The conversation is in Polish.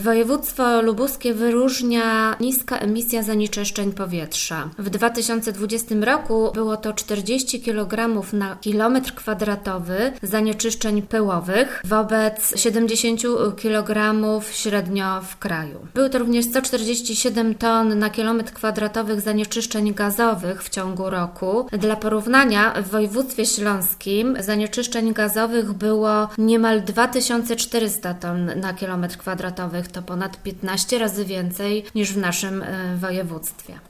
Województwo lubuskie wyróżnia niska emisja zanieczyszczeń powietrza. W 2020 roku było to 40 kg na kilometr kwadratowy zanieczyszczeń pyłowych wobec 70 kg średnio w kraju. Były to również 147 ton na kilometr kwadratowy zanieczyszczeń gazowych w ciągu roku. Dla porównania w województwie śląskim zanieczyszczeń gazowych było niemal 2400 ton na kilometr kwadratowy. To ponad 15 razy więcej niż w naszym województwie.